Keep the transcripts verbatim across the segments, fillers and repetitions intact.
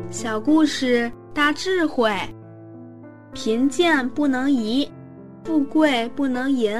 小故事大智慧，贫贱不能移，富贵不能淫。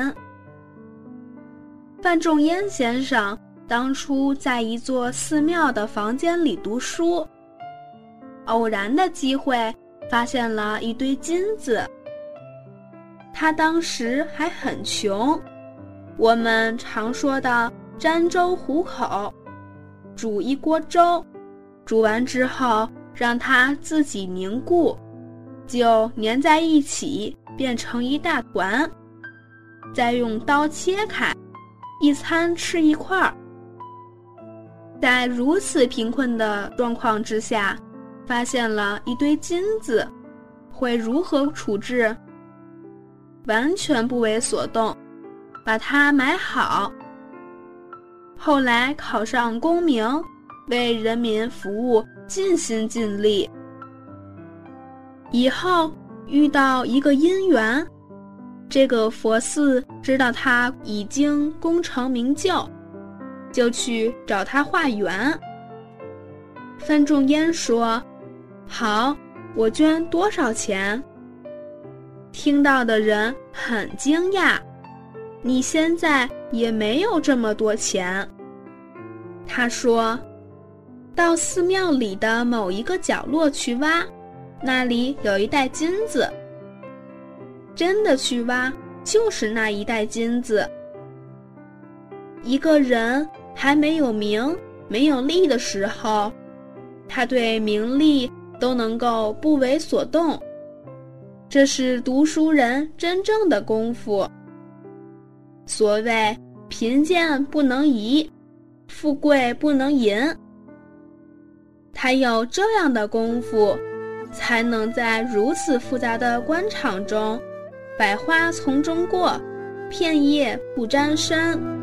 范仲淹先生当初在一座寺庙的房间里读书，偶然的机会发现了一堆金子。他当时还很穷，我们常说的沾粥糊口，煮一锅粥，煮完之后让它自己凝固，就粘在一起变成一大团，再用刀切开，一餐吃一块儿。在如此贫困的状况之下，发现了一堆金子，会如何处置？完全不为所动，把它埋好。后来考上功名，为人民服务，尽心尽力。以后遇到一个因缘，这个佛寺知道他已经功成名就，就去找他化缘。范仲淹说：好，我捐多少钱？听到的人很惊讶，你现在也没有这么多钱。他说：到寺庙里的某一个角落去挖，那里有一袋金子。真的去挖，就是那一袋金子。一个人还没有名没有利的时候，他对名利都能够不为所动，这是读书人真正的功夫。所谓贫贱不能移，富贵不能淫，他有这样的功夫，才能在如此复杂的官场中，百花丛中过，片叶不沾身。